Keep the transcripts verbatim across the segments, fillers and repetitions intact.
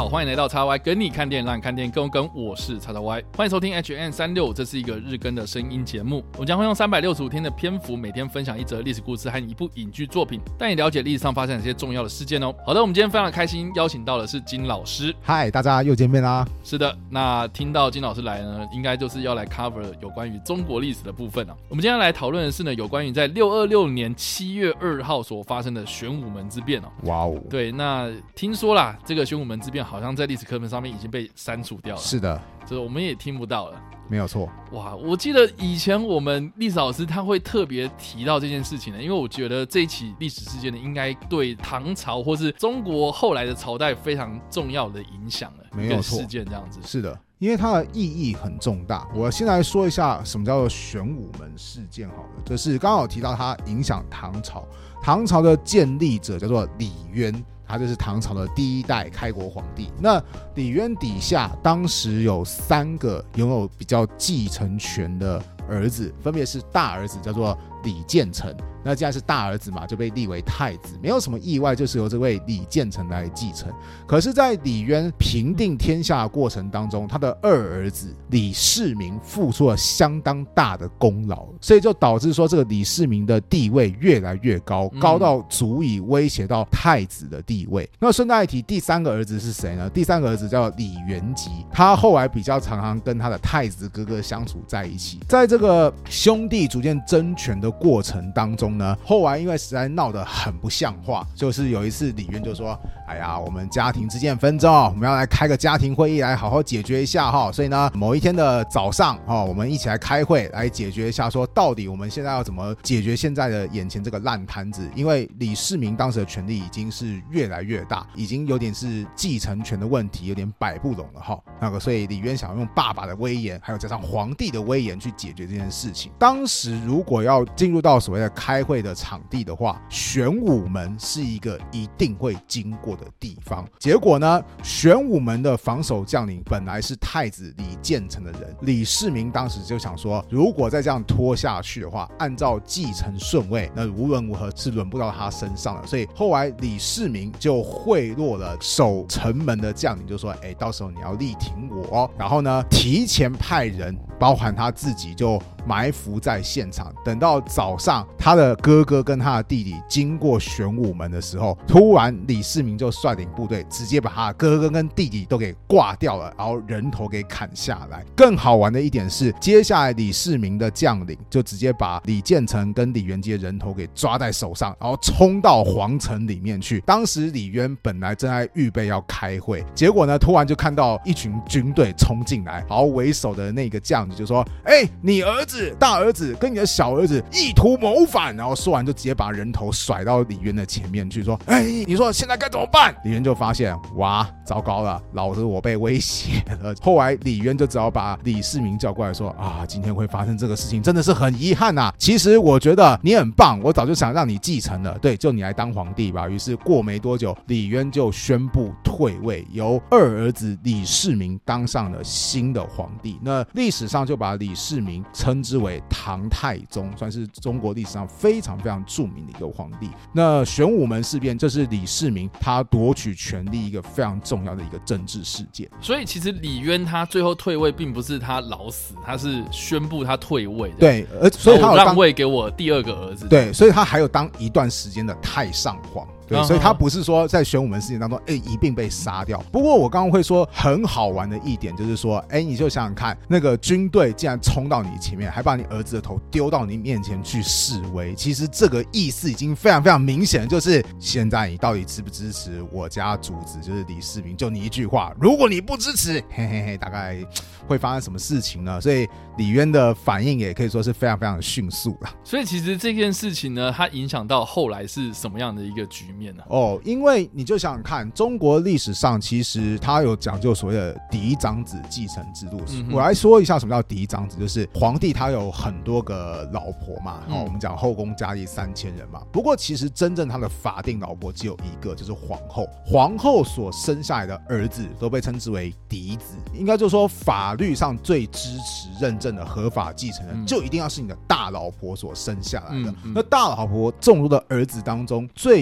好，欢迎来到 X Y 跟你看电影，让你看电影更跟，我是 X Y， 欢迎收听 H N 三六五，这是一个日更的声音节目。我将会用三百六十五天的篇幅，每天分享一则历史故事和一部影剧作品，带你了解历史上发生哪些重要的事件哦。好的，我们今天非常的开心，邀请到的是金老师。 嗨，大家又见面啦。 是的，那听到金老师来呢，应该就是要来 cover 有关于中国历史的部分啊。我们今天来讨论的是呢，有关于在六二六年七月二号所发生的玄武门之变哦。 哇哦， 对，那听说啦，这个玄武门之变好像在历史课本上面已经被删除掉了。 是的， 就是我们也听不到了。 没有错。 哇，我记得以前我们历史老师他会特别提到这件事情的，因为我觉得这一起历史事件呢，应该对唐朝或是中国后来的朝代非常重要的影响了。 没有错， 事件这样子。 是的，因为它的意义很重大。我先来说一下什么叫做玄武门事件好了，就是刚好提到它影响唐朝，唐朝的建立者叫做李渊。他就是唐朝的第一代开国皇帝。那李渊底下当时有三个拥有比较继承权的儿子，分别是大儿子叫做李建成，那既然是大儿子嘛，就被立为太子，没有什么意外，就是由这位李建成来继承。可是在李渊平定天下的过程当中，他的二儿子李世民付出了相当大的功劳，所以就导致说这个李世民的地位越来越高，高到足以威胁到太子的地位。那顺带一提，第三个儿子是谁呢？第三个儿子叫李元吉，他后来比较常常跟他的太子哥哥相处在一起。在这个兄弟逐渐争权的过程当中呢，后来因为实在闹得很不像话，就是有一次李渊就说，哎呀，我们家庭之间的纷争，我们要来开个家庭会议来好好解决一下哈。所以呢，某一天的早上，我们一起来开会来解决一下，说到底我们现在要怎么解决现在的眼前这个烂摊子。因为李世民当时的权力已经是越来越大，已经有点是继承权的问题，有点摆不拢了哈。那个所以李渊想用爸爸的威严，还有加上皇帝的威严去解决这件事情。当时如果要进入到所谓的开会的场地的话，玄武门是一个一定会经过的地方。结果呢，玄武门的防守将领本来是太子李建成的人，李世民当时就想说，如果再这样拖下去的话，按照继承顺位，那无论如何是轮不到他身上的。所以后来李世民就贿赂了守城门的将领，就说，哎，到时候你要力挺我哦。然后呢，提前派人，包含他自己就埋伏在现场，等到早上他的哥哥跟他的弟弟经过玄武门的时候，突然李世民就率领部队直接把他的哥哥跟弟弟都给挂掉了，然后人头给砍下来。更好玩的一点是，接下来李世民的将领就直接把李建成跟李元吉的人头给抓在手上，然后冲到皇城里面去。当时李渊本来正在预备要开会，结果呢，突然就看到一群军队冲进来，然后为首的那个将领就说，哎、欸，你儿子大儿子跟你的小儿子意图谋反。然后说完就直接把人头甩到李渊的前面去，说，哎、欸，你说现在该怎么办？李渊就发现，哇，糟糕了，老子我被威胁了。后来李渊就只好把李世民叫过来说，啊，今天会发生这个事情真的是很遗憾啊，其实我觉得你很棒，我早就想让你继承了，对，就你来当皇帝吧。于是过没多久，李渊就宣布退位，由二儿子李世民当上了新的皇帝。那历史上就把李世民称之为唐太宗，算是中国历史上非常非常著名的一个皇帝。那玄武门事变就是李世民他夺取权力一个非常重要的一个政治事件。 所以其实李渊他最后退位并不是他老死，他是宣布他退位的。 对，所以他有让位给我第二个儿子。 对，所以他还有当一段时间的太上皇。对，所以他不是说在玄武门事件当中，哎，一并被杀掉。不过我刚刚会说很好玩的一点就是说，哎，你就想想看，那个军队竟然冲到你前面，还把你儿子的头丢到你面前去示威，其实这个意思已经非常非常明显，就是现在你到底支不支持我家主子，就是李世民，就你一句话，如果你不支持，嘿嘿嘿，大概会发生什么事情呢？所以李渊的反应也可以说是非常非常的迅速了。 所以其实这件事情呢，它影响到后来是什么样的一个局面？ 哦，因为你就想想看，中国历史上其实它有讲究所谓的嫡长子继承制度。嗯、我来说一下什么叫嫡长子，就是皇帝他有很多个老婆嘛，嗯、我们讲后宫佳丽三千人嘛。不过其实真正他的法定老婆只有一个，就是皇后。皇后所生下来的儿子都被称之为嫡子，应该就是说法律上最支持认证的合法继承人，嗯、就一定要是你的大老婆所生下来的。嗯嗯、那大老婆众多的儿子当中，最有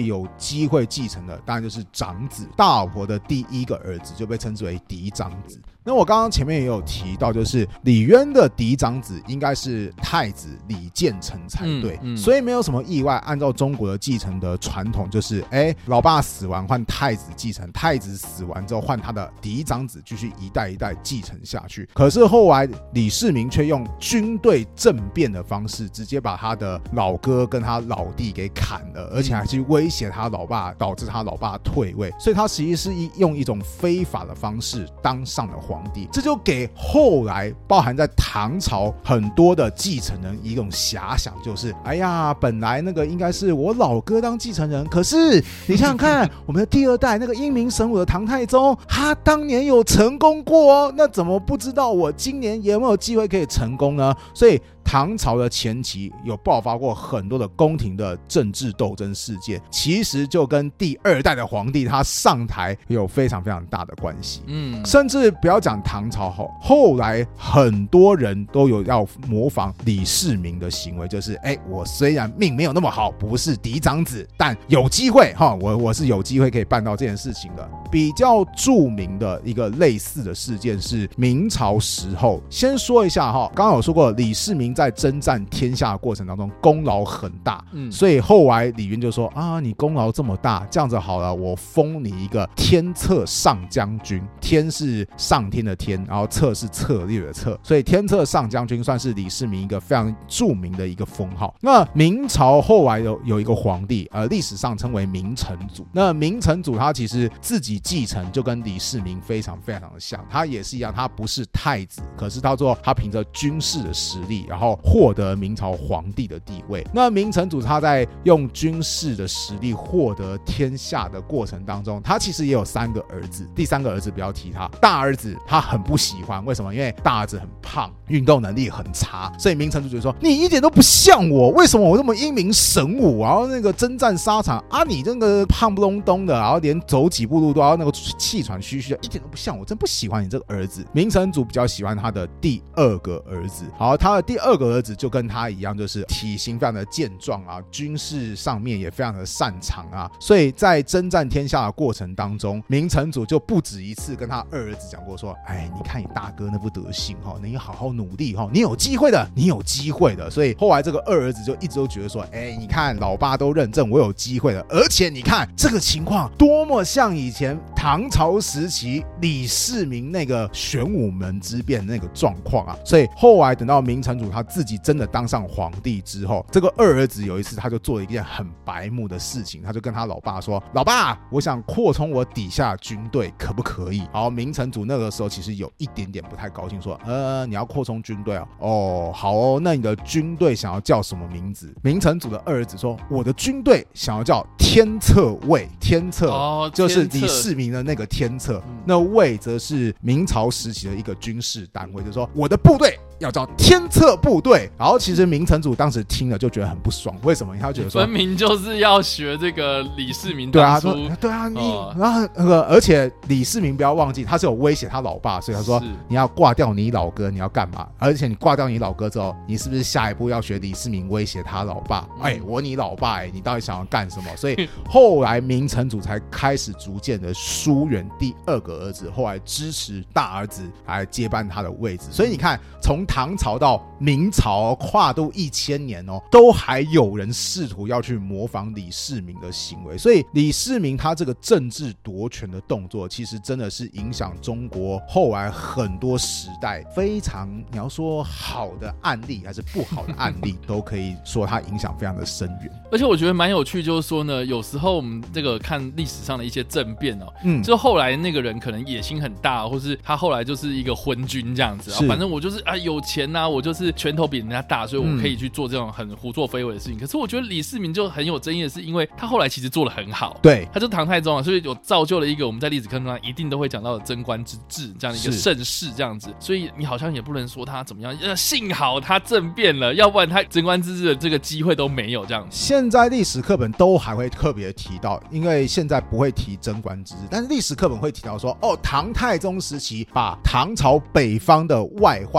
机会继承的当然就是长子，大老婆的第一个儿子就被称之为嫡长子。那我刚刚前面也有提到，就是李渊的嫡长子应该是太子李建成才对、嗯嗯、所以没有什么意外，按照中国的继承的传统，就是哎，老爸死完换太子继承，太子死完之后换他的嫡长子继续一代一代继承下去。可是后来李世民却用军队政变的方式，直接把他的老哥跟他老弟给砍了，而且还去威胁他老爸，导致他老爸退位，所以他实际是用一种非法的方式当上了皇帝。这就给后来包含在唐朝很多的继承人一种遐想，就是哎呀，本来那个应该是我老哥当继承人，可是你想想看，我们的第二代那个英明神武的唐太宗，他当年有成功过哦，那怎么不知道我今年有没有机会可以成功呢？所以唐朝的前期有爆发过很多的宫廷的政治斗争事件，其实就跟第二代的皇帝他上台有非常非常大的关系。嗯，甚至不要讲唐朝后，后来很多人都有要模仿李世民的行为，就是哎，我虽然命没有那么好，不是嫡长子，但有机会哈，我我是有机会可以办到这件事情的。比较著名的一个类似的事件是明朝时候，先说一下哈，刚刚有说过李世民在征战天下的过程当中功劳很大、嗯、所以后来李渊就说啊，你功劳这么大，这样子好了，我封你一个天策上将军，天是上天的天，然后策是策略的策，所以天策上将军算是李世民一个非常著名的一个封号。那明朝后来 有, 有一个皇帝，呃，历史上称为明成祖。那明成祖他其实自己继承就跟李世民非常非常的像，他也是一样，他不是太子，可是他说他凭着军事的实力，然后获得明朝皇帝的地位。那明成祖他在用军事的实力获得天下的过程当中，他其实也有三个儿子，第三个儿子不要提他，大儿子他很不喜欢，为什么？因为大儿子很胖，运动能力很差，所以明成祖觉得说你一点都不像我，为什么我那么英明神武，然后那个征战沙场啊，你这个胖不隆咚的，然后连走几步路都要那个气喘吁吁的，一点都不像我，真不喜欢你这个儿子。明成祖比较喜欢他的第二个儿子，好，他的第二个儿子就跟他一样，就是体型非常的健壮啊，军事上面也非常的擅长啊，所以在征战天下的过程当中，明成祖就不止一次跟他二儿子讲过说，哎，你看你大哥那副德行齁，你好好努力齁，你有机会的，你有机会的。所以后来这个二儿子就一直都觉得说，哎，你看老爸都认证我有机会的，而且你看这个情况多么像以前唐朝时期李世民那个玄武门之变那个状况啊。所以后来等到明成祖他自己真的当上皇帝之后，这个二儿子有一次他就做了一件很白目的事情，他就跟他老爸说，老爸，我想扩充我底下的军队可不可以？好，明成祖那个时候其实有一点点不太高兴，说呃，你要扩充军队啊？哦，好哦，那你的军队想要叫什么名字？明成祖的二儿子说，我的军队想要叫天策卫。天策、哦、就是李世民的那个天策、嗯、那卫则是明朝时期的一个军事单位，就是说我的部队要叫天策部队。然后其实明成祖当时听了就觉得很不爽，为什么？他觉得说分明就是要学这个李世民当初。 对啊，对啊，你、哦、然后那个，而且李世民不要忘记，他是有威胁他老爸，所以他说你要挂掉你老哥，你要干嘛？而且你挂掉你老哥之后，你是不是下一步要学李世民威胁他老爸？哎、嗯欸，我你老爸、欸，你到底想要干什么？所以后来明成祖才开始逐渐的疏远第二个儿子，后来支持大儿子来接班他的位置。所以你看，从唐朝到明朝跨度一千年哦，都还有人试图要去模仿李世民的行为。所以李世民他这个政治夺权的动作，其实真的是影响中国后来很多时代非常，你要说好的案例还是不好的案例，都可以说它影响非常的深远。 而且我觉得蛮有趣，就是说呢，有时候我们这个看历史上的一些政变哦，嗯，就后来那个人可能野心很大，或是他后来就是一个昏君这样子啊，反正我就是啊有钱啊，我就是拳头比人家大，所以我可以去做这种很胡作非为的事情。嗯、可是我觉得李世民就很有争议的是，因为他后来其实做得很好， 对， 他就是唐太宗啊，所以有造就了一个我们在历史课堂上一定都会讲到的贞观之治这样的一个盛世这样子。所以你好像也不能说他怎么样，幸好他政变了，要不然他贞观之治的这个机会都没有这样子。 现在历史课本都还会特别提到，因为现在不会提贞观之治，但是历史课本会提到说，哦，唐太宗时期把唐朝北方的外患突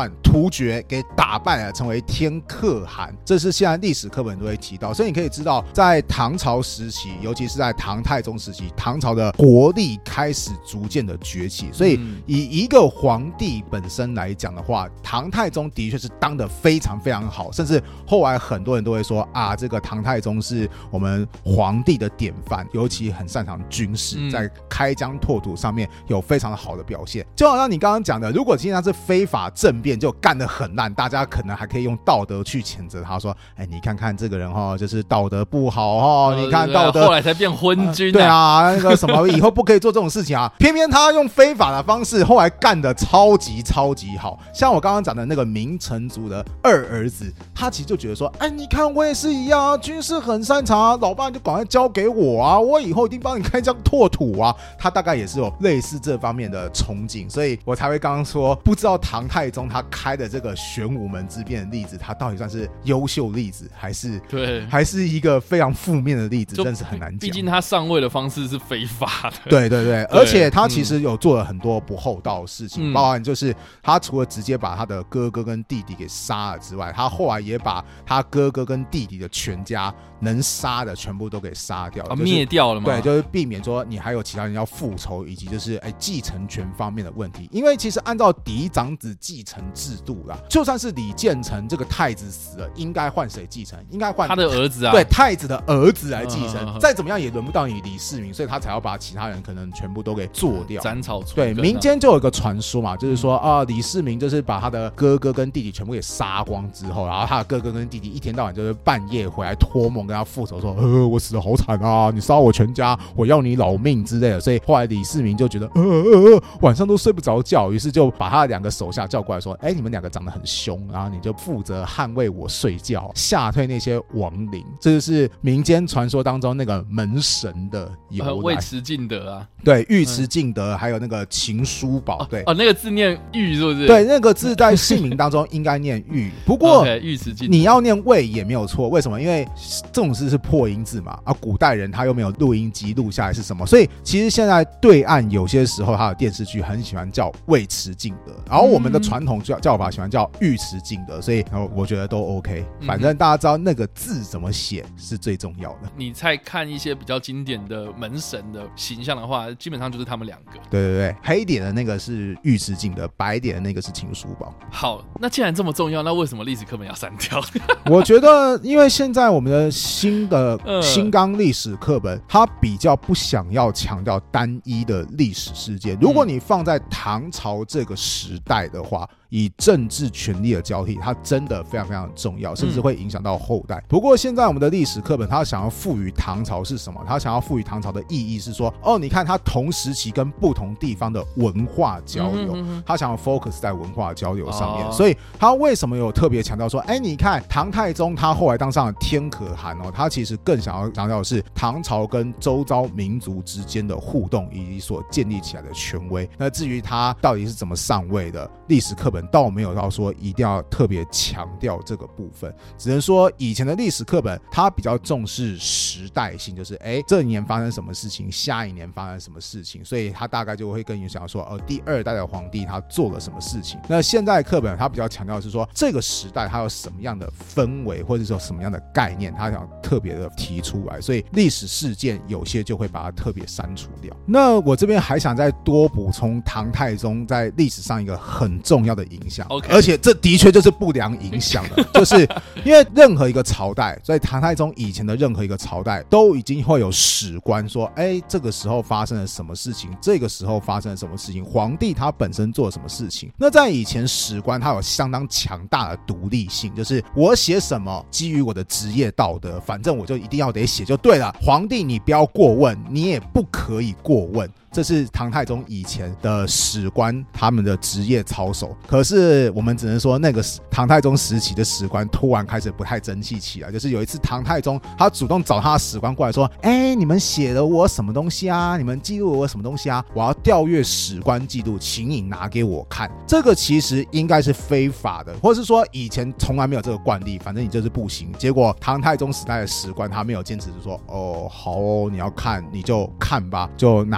突厥给打败了，成为天可汗。这是现在历史课本都会提到，所以你可以知道，在唐朝时期，尤其是在唐太宗时期，唐朝的国力开始逐渐的崛起。所以以一个皇帝本身来讲的话，唐太宗的确是当得非常非常好，甚至后来很多人都会说啊，这个唐太宗是我们皇帝的典范，尤其很擅长军事，在开疆拓土上面有非常好的表现。就好像你刚刚讲的，如果今天他是非法政变，就干得很烂，大家可能还可以用道德去谴责他，说哎，你看看这个人哦，就是道德不好哦，你看道德， 后来才变昏君、啊呃、 对啊，那个什么以后不可以做这种事情啊，偏偏他用非法的方式后来干得超级超级好。像我刚刚讲的那个明成祖的二儿子，他其实就觉得说，哎，你看我也是一样啊，军事很擅长啊，老爸你就赶快交给我啊，我以后一定帮你开疆拓土啊。他大概也是有类似这方面的憧憬，所以我才会刚刚说，不知道唐太宗他开的这个玄武门之变的例子，他到底算是优秀例子，还是对，还是一个非常负面的例子，真是很难讲。 毕竟他上位的方式是非法的， 对对 对, 对，而且他其实有做了很多不厚道的事情，嗯、包含就是他除了直接把他的哥哥跟弟弟给杀了之外，他后来也把他哥哥跟弟弟的全家能杀的全部都给杀掉了，灭、 啊就是、掉了吗？ 对，就是避免说你还有其他人要复仇，以及就是哎继承权方面的问题。因为其实按照嫡长子继承制度啦，就算是李建成这个太子死了，应该换谁继承？应该换他的儿子啊， 对，太子的儿子来继承。嗯嗯嗯、再怎么样也轮不到你李世民，所以他才要把其他人可能全部都给做掉， 斩草除根。对，民间就有一个传说嘛，就是说啊，李世民就是把他的哥哥跟弟弟全部给杀光之后，然后他的哥哥跟弟弟一天到晚就是半夜回来托梦跟他复仇说，呃，我死得好惨啊，你杀我全家，我要你老命之类的。所以后来李世民就觉得，呃呃呃，晚上都睡不着觉，于是就把他的两个手下叫过来说，哎，你们两个长得很凶，然后你就负责捍卫我睡觉，吓退那些亡灵。这就是民间传说当中那个门神的由来。 尉迟敬德啊， 对，尉迟敬德，还有那个秦叔宝，对， 哦，那个字念玉是不是？ 对，那个字在姓名当中应该念玉，不过尉迟敬， 你要念尉也没有错。为什么？因为这种字是破音字嘛，啊，古代人他又没有录音机录下来是什么，所以其实现在对岸有些时候他的电视剧很喜欢叫尉迟敬德，然后我们的传统叫叫法喜欢叫尉迟敬德，所以我觉得都 OK， 反正大家知道那个字怎么写是最重要的。 你在看一些比较经典的门神的形象的话，基本上就是他们两个。 对对对，黑点的那个是尉迟敬德，白点的那个是秦叔宝。 好，那既然这么重要，那为什么历史课本要删掉？ 我觉得，因为现在我们的新的新纲历史课本，它比较不想要强调单一的历史事件。如果你放在唐朝这个时代的话，以政治权力的交替，它真的非常非常重要，甚至会影响到后代。不过现在我们的历史课本，它想要赋予唐朝是什么？它想要赋予唐朝的意义是说，哦，你看它同时期跟不同地方的文化交流，它想要 focus 在文化交流上面。所以它为什么有特别强调说，哎，你看唐太宗他后来当上了天可汗哦，他其实更想要强调的是唐朝跟周遭民族之间的互动以及所建立起来的权威。那至于他到底是怎么上位的，历史课本倒没有到说一定要特别强调这个部分，只能说以前的历史课本它比较重视时代性，就是哎这一年发生什么事情，下一年发生什么事情，所以他大概就会跟你讲说，呃，第二代的皇帝他做了什么事情。那现在的课本他比较强调的是说，这个时代它有什么样的氛围，或者说什么样的概念，他想特别的提出来，所以历史事件有些就会把它特别删除掉。那我这边还想再多补充唐太宗在历史上一个很重要的影响， Okay. 而且这的确就是不良影响了，就是因为任何一个朝代，在唐太宗以前的任何一个朝代都已经会有史官说，哎，这个时候发生了什么事情，这个时候发生了什么事情，皇帝他本身做了什么事情。那在以前史官他有相当强大的独立性，就是我写什么基于我的职业道德，反正我就一定要得写就对了，皇帝你不要过问，你也不可以过问。这是唐太宗以前的史官他们的职业操守。可是我们只能说，那个唐太宗时期的史官突然开始不太争气起来。就是有一次唐太宗他主动找他的史官过来说，哎，你们写了我什么东西啊，你们记录了我什么东西啊，我要调阅史官记录，请你拿给我看。这个其实应该是非法的，或是说以前从来没有这个惯例，反正你就是不行。结果唐太宗时代的史官他没有坚持说，哦好哦，你要看你就看吧，就拿给他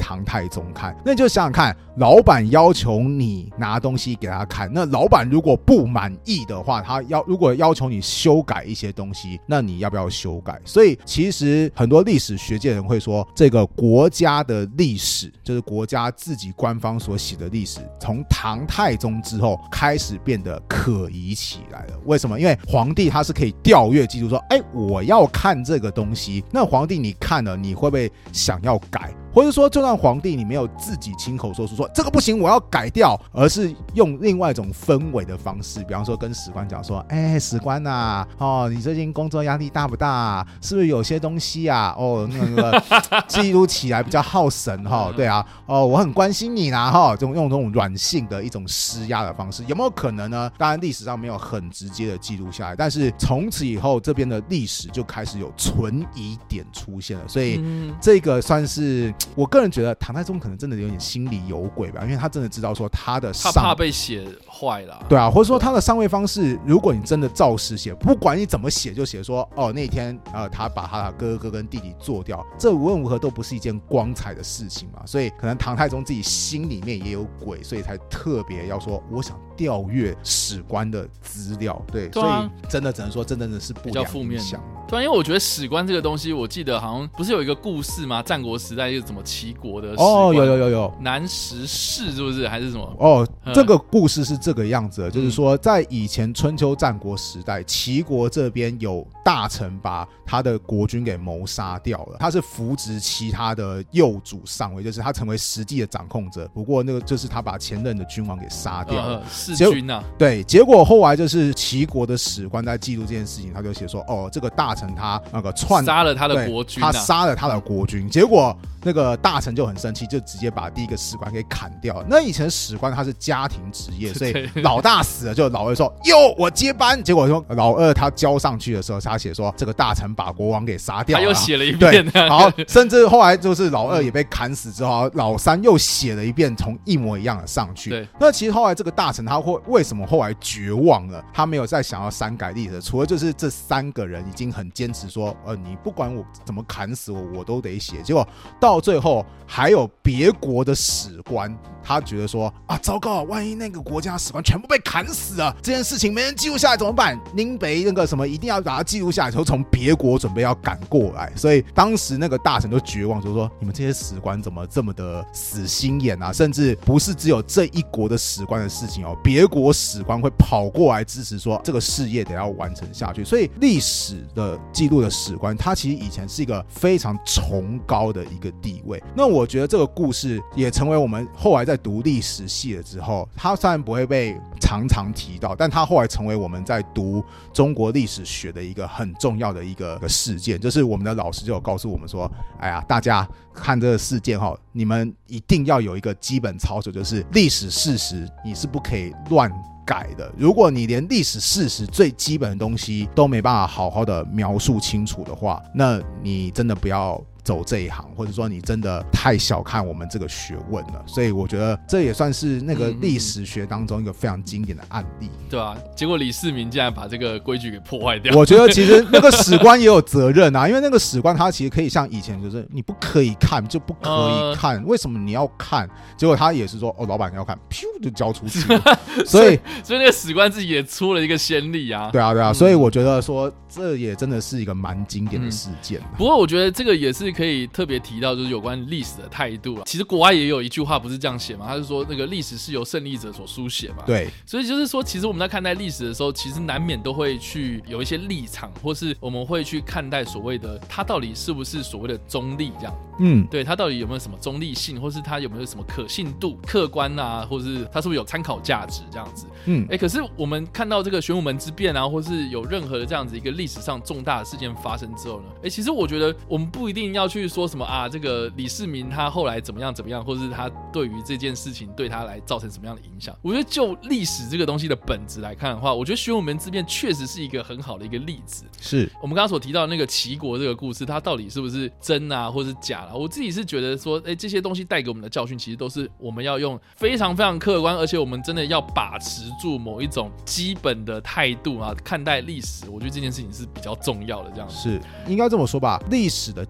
唐太宗看。那你就想想看，老板要求你拿东西给他看，那老板如果不满意的话，他要如果要求你修改一些东西，那你要不要修改？所以其实很多历史学界人会说，这个国家的历史就是国家自己官方所写的历史，从唐太宗之后开始变得可疑起来了。为什么？因为皇帝他是可以调阅记录说，哎，我要看这个东西，那皇帝你看了，你会不会想要改？或者说就算皇帝你没有自己亲口说出说这个不行我要改掉，而是用另外一种氛围的方式，比方说跟史官讲说，哎，史官啊，哦，你最近工作压力大不大啊？是不是有些东西啊，哦，那个记录起来比较耗神哈？对啊，哦，我很关心你啦哈，用用这种软性的一种施压的方式，有没有可能呢？当然历史上没有很直接的记录下来，但是从此以后这边的历史就开始有存疑点出现了，所以这个算是。我个人觉得唐太宗可能真的有点心里有鬼吧，因为他真的知道说他的上他怕被写坏了， 对啊，或者说他的上位方式，如果你真的照实写，不管你怎么写，就写说哦那天呃他把他的哥哥跟弟弟做掉，这无论如何都不是一件光彩的事情嘛，所以可能唐太宗自己心里面也有鬼，所以才特别要说我想调阅史官的资料，对，对啊，所以真的只能说真的是不良影响。 对啊，因为我觉得史官这个东西，我记得好像不是有一个故事吗？战国时代就是怎么齐国的史官哦，有有有有南石氏是不是还是什么？ 哦，这个故事是这个样子的，就是说在以前春秋战国时代，齐国这边有大臣把他的国君给谋杀掉了，他是扶植其他的幼主上位，就是他成为实际的掌控者。不过那个就是他把前任的君王给杀掉了， 弑君啊。 对，结果后来就是齐国的史官在记录这件事情，他就写说，哦，这个大臣他那个篡杀了他的国君，啊， 他杀了他的国君，结果那个大臣就很生气，就直接把第一个史官给砍掉了。那以前史官他是家庭职业，所以老大死了，就老二说哟我接班。结果说老二他交上去的时候，他写说这个大臣把国王给杀掉了， 他又写了一遍。 对，然后甚至后来就是老二也被砍死之后，老三又写了一遍，从一模一样的上去。 对， 那其实后来这个大臣他会为什么后来绝望了？他没有再想要删改历史，除了就是这三个人已经很坚持说，呃，你不管我怎么砍死我，我都得写。结果到最后还有别国的史官，他觉得说啊，糟糕，万一那个国家史官全部被砍死了，这件事情没人记录下来怎么办？宁北那个什么一定要把它记录下来，就从别国准备要赶过来，所以当时那个大臣都绝望，就说你们这些史官怎么这么的死心眼啊？甚至不是只有这一国的史官的事情哦，别国史官会跑过来支持说这个事业得要完成下去。所以历史的记录的史官，他其实以前是一个非常崇高的一个地位。那我觉得这个故事也成为我们后来在读历史系了之后，它虽然不会被常常提到，但它后来成为我们在读中国历史学的一个很重要的一个事件。就是我们的老师就有告诉我们说，哎呀，大家看这个事件哈，你们一定要有一个基本操守，就是历史事实你是不可以乱改的。如果你连历史事实最基本的东西都没办法好好的描述清楚的话，那你真的不要走这一行，或者说你真的太小看我们这个学问了。所以我觉得这也算是那个历史学当中一个非常经典的案例。 对啊，结果李世民竟然把这个规矩给破坏掉。 我觉得其实那个史官也有责任啊，因为那个史官他其实可以像以前就是你不可以看就不可以看，呃、为什么你要看？结果他也是说哦，老板要看，噗就交出去了。所以所以那个史官自己也出了一个先例啊。 对啊对啊，嗯、所以我觉得说这也真的是一个蛮经典的事件、啊嗯。不过我觉得这个也是可以特别提到，就是有关历史的态度啊。其实国外也有一句话不是这样写嘛，他是说那个历史是由胜利者所书写嘛。 对， 所以就是说，其实我们在看待历史的时候，其实难免都会去有一些立场，或是我们会去看待所谓的它到底是不是所谓的中立这样。嗯，对，它到底有没有什么中立性，或是它有没有什么可信度、客观啊，或是它是不是有参考价值这样子。嗯，哎，可是我们看到这个玄武门之变啊，或是有任何的这样子一个历史上重大的事件发生之后呢，哎，其实我觉得我们不一定要去说什么啊，这个李世民他后来怎么样怎么样，或是他对于这件事情对他来造成什么样的影响。我觉得就历史这个东西的本质来看的话，我觉得玄武门之变确实是一个很好的一个例子。 是我们刚刚所提到的那个齐国这个故事，它到底是不是真啊，或是假啦？我自己是觉得说，哎，这些东西带给我们的教训，其实都是我们要用非常非常客观，而且我们真的要把持住某一种基本的态度啊，看待历史。我觉得这件事情是比较重要的，这样是应该这么说吧。历史的解释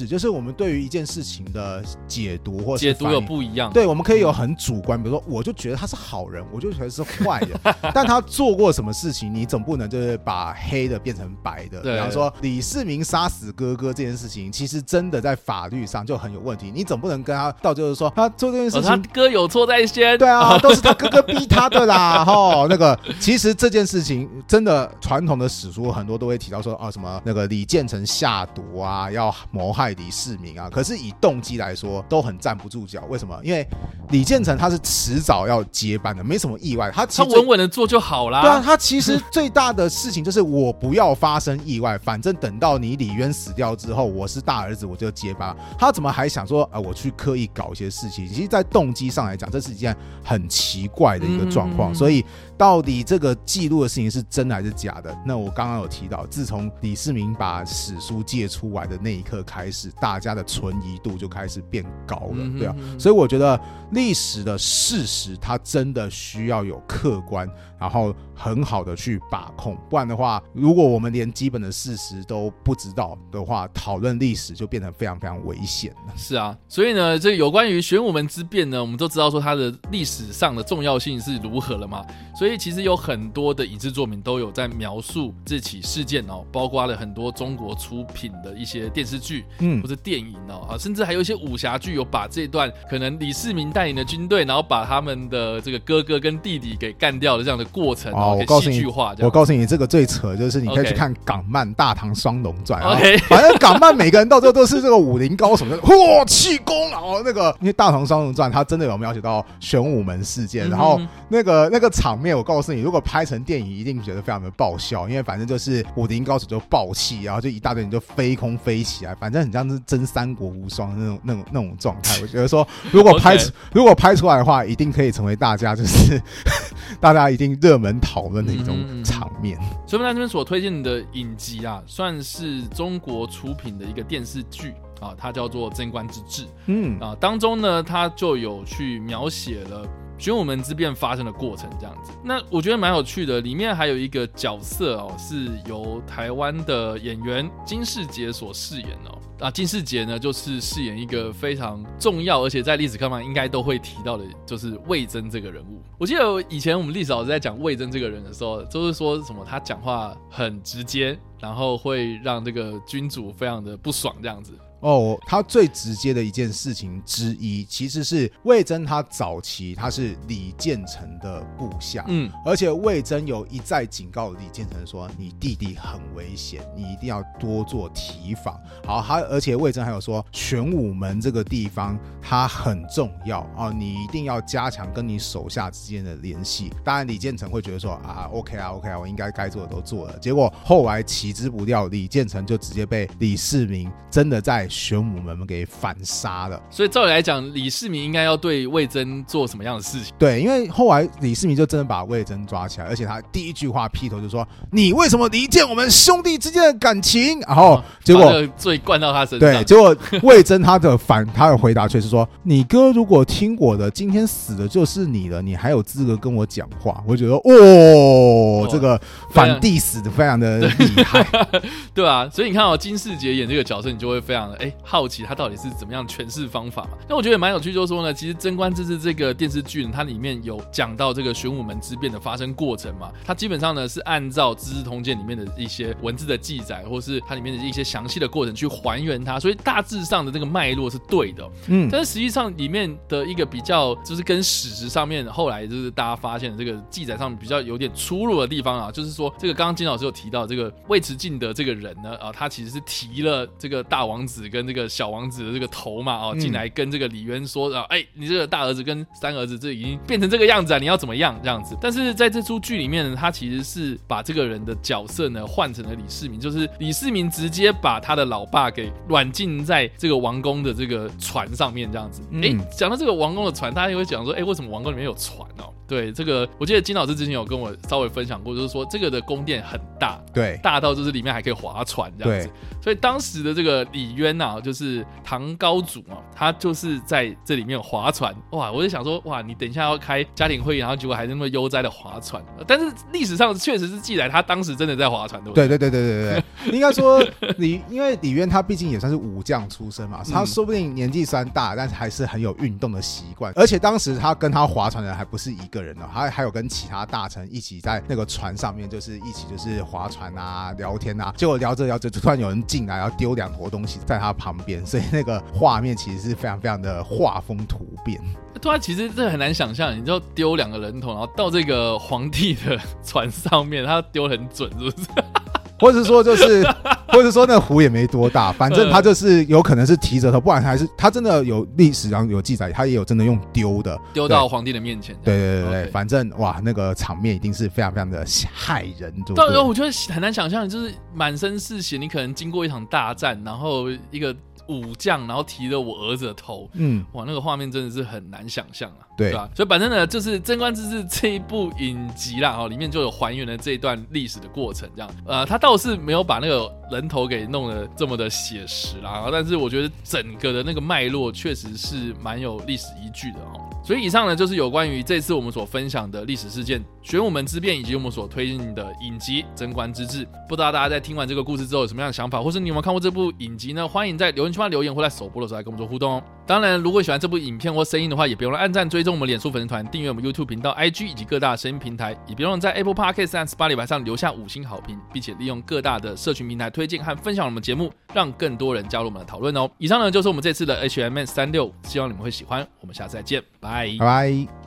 式，就是我们对于一件事情的解读或是解读有不一样， 对，我们可以有很主观，比如说我就觉得他是好人，我就觉得是坏人，但他做过什么事情，你总不能就是把黑的变成白的。比方说李世民杀死哥哥这件事情，其实真的在法律上就很有问题，你总不能跟他到就是说他做这件事情， 哦、他哥有错在先， 对啊，都是他哥哥逼他的啦，吼，那个其实这件事情真的传统的史书很多都会提到说啊，什么那个李建成下毒啊，要谋害李世民啊，可是以动机来说都很站不住脚。为什么？因为李建成他是迟早要接班的，没什么意外，他他稳稳的做就好啦。 对啊，他其实最大的事情就是我不要发生意外，反正等到你李渊死掉之后，我是大儿子，我就接班。他怎么还想说啊，我去刻意搞一些事情？其实，在动机上来讲，这是一件很奇怪的一个状况。嗯、所以，到底这个记录的事情是真的还是假的？那我刚刚有提到，自从李世民把史书借出来的那一刻开始，大家的存疑度就开始变高了，嗯、对啊。所以我觉得历史的事实，它真的需要有客观，然后很好的去把控，不然的话，如果我们连基本的事实都不知道的话，讨论历史就变得非常非常危险了。 是啊，所以呢，这有关于玄武门之变呢，我们都知道说它的历史上的重要性是如何了嘛，所以其实有很多的影视作品都有在描述这起事件哦，包括了很多中国出品的一些电视剧，嗯，或者电影哦，甚至还有一些武侠剧有把这段可能李世民带领的军队，然后把他们的这个哥哥跟弟弟给干掉的这样的过程哦，给戏剧化。 我告诉你，这个最扯就是你可以去看港漫《大唐双龙传》 ，OK， 反正港漫每个人到最后都是这个武林高手，嚯气功，然后那个因为《大唐双龙传》它真的有描写到玄武门事件，然后那个那个场面，我告诉你，如果拍成电影，一定觉得非常的爆笑，因为反正就是武林高手就爆气，然后就一大堆人就飞空飞起来，反正很像是真三国无双那种那种那种状态。我觉得说，如果拍、okay. 如果拍出来的话，一定可以成为大家就是大家一定热门讨论的一种场面。嗯、 所以我们在这边所推荐的影集啊，算是中国出品的一个电视剧。啊，它叫做《贞观之治》，嗯啊，当中呢，它就有去描写了玄武门之变发生的过程，这样子。那我觉得蛮有趣的，里面还有一个角色哦，是由台湾的演员金士杰所饰演哦。啊，金士杰呢，就是饰演一个非常重要，而且在历史课本应该都会提到的，就是魏征这个人物。我记得以前我们历史老师在讲魏征这个人的时候，就是说什么他讲话很直接，然后会让这个君主非常的不爽这样子。 哦，他最直接的一件事情之一，其实是魏征他早期他是李建成的部下，嗯，而且魏征有一再警告李建成说，你弟弟很危险，你一定要多做提防。好，他而且魏征还有说，玄武门这个地方它很重要啊、哦，你一定要加强跟你手下之间的联系。当然，李建成会觉得说啊 ，OK 啊 ，OK 啊，我应该该做的都做了。结果后来弃之不掉，李建成就直接被李世民真的在玄武门给反杀了。 所以照理来讲，李世民应该要对魏征做什么样的事情？ 对，因为后来李世民就真的把魏征抓起来，而且他第一句话劈头就说：“你为什么离间我们兄弟之间的感情？”然后结果、哦、 罪灌到他身上。 对，结果魏征他的反他的回答却是说：“你哥如果听我的，今天死的就是你了，你还有资格跟我讲话？”我觉得哦，这个反帝死的非常的厉害， 对啊，所以你看哦，金士杰演这个角色，你就会非常的哎好奇他到底是怎么样诠释方法嘛。那我觉得蛮有趣，就是说呢，其实《贞观之治》这个电视剧呢，它里面有讲到这个玄武门之变的发生过程嘛，它基本上呢是按照《资治通鉴》里面的一些文字的记载，或是它里面的一些详细的过程去还原它，所以大致上的这个脉络是对的。嗯，但是实际上里面的一个比较，就是跟史实上面后来就是大家发现的这个记载上比较有点出入的地方啊，就是说这个刚刚金老师有提到这个尉迟敬德这个人呢，啊，他其实是提了这个大王子跟这个小王子的这个头嘛，哦，进来跟这个李渊说啊，哎、欸，你这个大儿子跟三儿子这已经变成这个样子啊，你要怎么样这样子？但是在这出剧里面呢，他其实是把这个人的角色呢换成了李世民，就是李世民直接把他的老爸给软禁在这个王宫的这个船上面这样子。哎、嗯，讲、欸、到这个王宫的船，大家也会讲说，哎、欸，为什么王宫里面有船哦？对，这个我记得金老师之前有跟我稍微分享过，就是说这个的宫殿很大， 对， 大到就是里面还可以划船这样子。 所以当时的这个李渊啊，就是唐高祖啊，他就是在这里面划船。哇，我就想说，哇，你等一下要开家庭会议，然后结果还是那么悠哉的划船。但是历史上确实是记载他当时真的在划船，对不对？ 对对对对对对，应该说李，因为李渊他毕竟也算是武将出身嘛，他说不定年纪虽然大，但是还是很有运动的习惯。而且当时他跟他划船的人还不是一个人哦，他还有跟其他大臣一起在那个船上面，就是一起就是划船啊、聊天啊。结果聊着聊着，就突然有人进来，然后丢两坨东西在他旁边，所以那个画面其实是非常非常的画风突变。 对啊，其实这很难想象，你就丢两个人头，然后到这个皇帝的船上面，他丢很准，是不是？ 或者说就是，或者说那个湖也没多大，反正他就是有可能是提着头，不然还是他真的有历史上有记载，他也有真的用丢的， 丢到皇帝的面前。 对对对对，反正哇，那个场面一定是非常非常的骇人。对， 对，我觉得很难想象，就是满身是血，你可能经过一场大战，然后一个武将，然后提了我儿子的头，嗯，哇，那个画面真的是很难想象啊， 对， 对吧？所以反正呢，就是《贞观之治》这一部影集啦，哦，里面就有还原了这一段历史的过程，这样，呃，他倒是没有把那个人头给弄得这么的写实啦，但是我觉得整个的那个脉络确实是蛮有历史依据的哦。所以以上呢，就是有关于这次我们所分享的历史事件玄武门之变，以及我们所推进的影集《贞观之治》。不知道大家在听完这个故事之后有什么样的想法，或是你有没有看过这部影集呢？欢迎在留言区留言，或在首播的时候来跟我们做互动哦。当然，如果喜欢这部影片或声音的话，也别忘了按赞、追踪我们脸书粉丝团、订阅我们 YouTube 频道、I G 以及各大声音平台，也别忘了在 Apple Podcast 和 Spotify 上留下五星好评，并且利用各大的社群平台推荐和分享我们节目，让更多人加入我们的讨论哦。以上呢就是我们这次的 H M N 三六五，希望你们会喜欢。我们下次再见，拜拜拜。